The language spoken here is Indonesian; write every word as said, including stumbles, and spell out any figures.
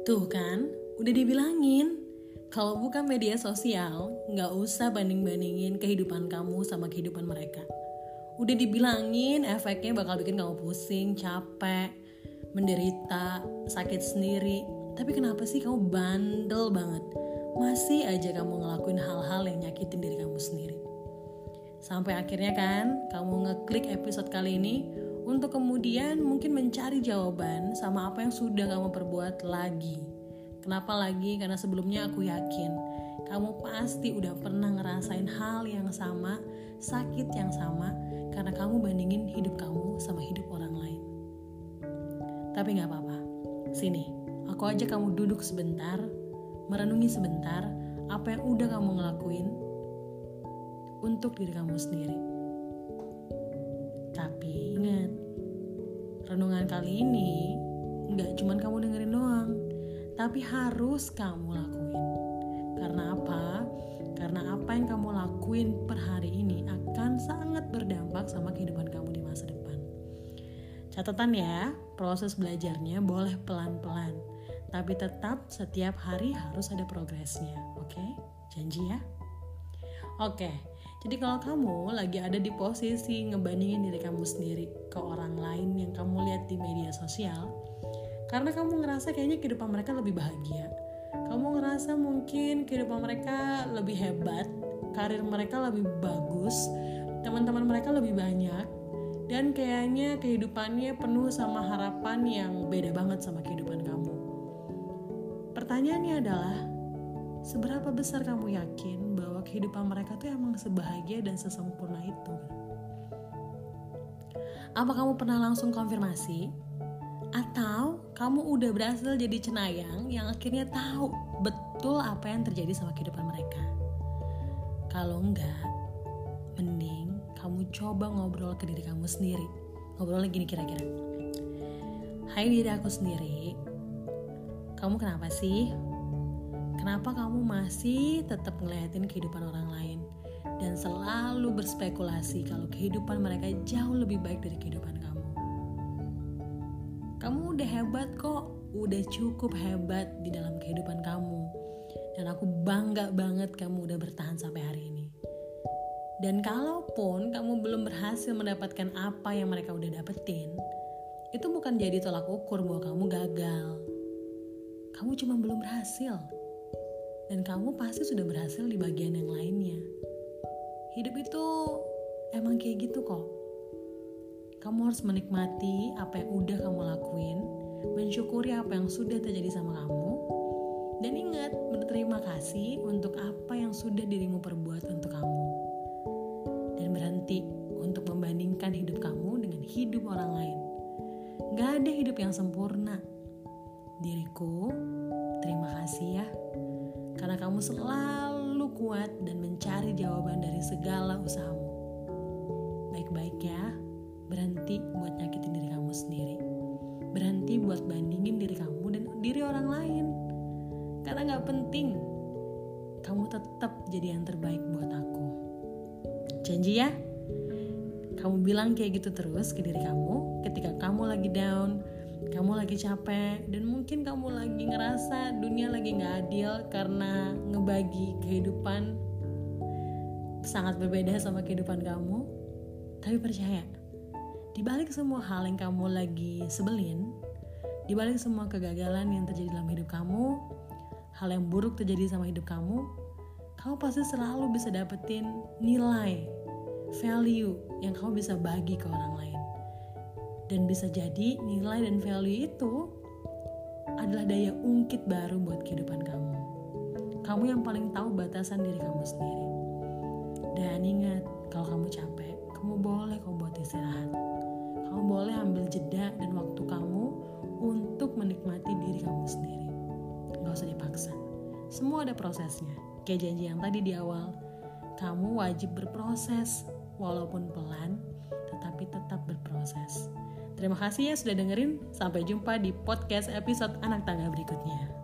Tuh kan, udah dibilangin. Kalau bukan media sosial, gak usah banding-bandingin kehidupan kamu sama kehidupan mereka. Udah dibilangin efeknya bakal bikin kamu pusing, capek, menderita, sakit sendiri. Tapi kenapa sih kamu bandel banget? Masih aja kamu ngelakuin hal-hal yang nyakitin diri kamu sendiri. Sampai akhirnya kan, kamu ngeklik episode kali ini untuk kemudian mungkin mencari jawaban sama apa yang sudah kamu perbuat lagi. Kenapa lagi? Karena sebelumnya aku yakin kamu pasti udah pernah ngerasain hal yang sama, sakit yang sama, karena kamu bandingin hidup kamu sama hidup orang lain. Tapi gak apa-apa, sini, aku ajak kamu duduk sebentar, merenungi sebentar apa yang udah kamu ngelakuin untuk diri kamu sendiri. Tapi ingat, renungan kali ini gak cuman kamu dengerin doang, tapi harus kamu lakuin. Karena apa? Karena apa yang kamu lakuin per hari ini akan sangat berdampak sama kehidupan kamu di masa depan. Catatan ya, proses belajarnya boleh pelan-pelan, tapi tetap setiap hari harus ada progresnya. Oke? Janji ya? Oke, jadi kalau kamu lagi ada di posisi ngebandingin diri kamu sendiri ke orang lain yang kamu lihat di media sosial, karena kamu ngerasa kayaknya kehidupan mereka lebih bahagia, kamu ngerasa mungkin kehidupan mereka lebih hebat, karir mereka lebih bagus, teman-teman mereka lebih banyak, dan kayaknya kehidupannya penuh sama harapan yang beda banget sama kehidupan kamu. Pertanyaannya adalah, seberapa besar kamu yakin bahwa kehidupan mereka tuh emang sebahagia dan sesempurna itu? Apa kamu pernah langsung konfirmasi? Atau kamu udah berhasil jadi cenayang yang akhirnya tahu betul apa yang terjadi sama kehidupan mereka? Kalau enggak, mending kamu coba ngobrol ke diri kamu sendiri. Ngobrolnya gini kira-kira. Hai diri aku sendiri, kamu kenapa sih? Kenapa kamu masih tetap ngeliatin kehidupan orang lain dan selalu berspekulasi kalau kehidupan mereka jauh lebih baik dari kehidupan kamu? Kamu udah hebat kok, udah cukup hebat di dalam kehidupan kamu. Dan aku bangga banget kamu udah bertahan sampai hari ini. Dan kalaupun kamu belum berhasil mendapatkan apa yang mereka udah dapetin, itu bukan jadi tolak ukur bahwa kamu gagal. Kamu cuma belum berhasil. Dan kamu pasti sudah berhasil di bagian yang lainnya. Hidup itu emang kayak gitu kok. Kamu harus menikmati apa yang udah kamu lakuin, mensyukuri apa yang sudah terjadi sama kamu, dan ingat berterima kasih untuk apa yang sudah dirimu perbuat untuk kamu. Dan berhenti untuk membandingkan hidup kamu dengan hidup orang lain. Gak ada hidup yang sempurna. Diriku, terima kasih ya. Karena kamu selalu kuat dan mencari jawaban dari segala usahamu. Baik-baik ya, berhenti buat nyakitin diri kamu sendiri. Berhenti buat bandingin diri kamu dan diri orang lain. Karena gak penting. Kamu tetap jadi yang terbaik buat aku. Janji ya? Kamu bilang kayak gitu terus ke diri kamu ketika kamu lagi down, kamu lagi capek, dan mungkin kamu lagi ngerasa dunia lagi gak adil karena ngebagi kehidupan sangat berbeda sama kehidupan kamu. Tapi percaya, di balik semua hal yang kamu lagi sebelin, di balik semua kegagalan yang terjadi dalam hidup kamu, hal yang buruk terjadi sama hidup kamu, kamu pasti selalu bisa dapetin nilai, value yang kamu bisa bagi ke orang lain. Dan bisa jadi nilai dan value itu adalah daya ungkit baru buat kehidupan kamu. Kamu yang paling tahu batasan diri kamu sendiri. Dan ingat, kalau kamu capek, kamu boleh kok buat istirahat. Kamu boleh ambil jeda dan waktu kamu untuk menikmati diri kamu sendiri. Gak usah dipaksa. Semua ada prosesnya. Kayak janji yang tadi di awal, kamu wajib berproses, walaupun pelan, tetapi tetap berproses. Terima kasih ya sudah dengerin. Sampai jumpa di podcast episode Anak Tangga berikutnya.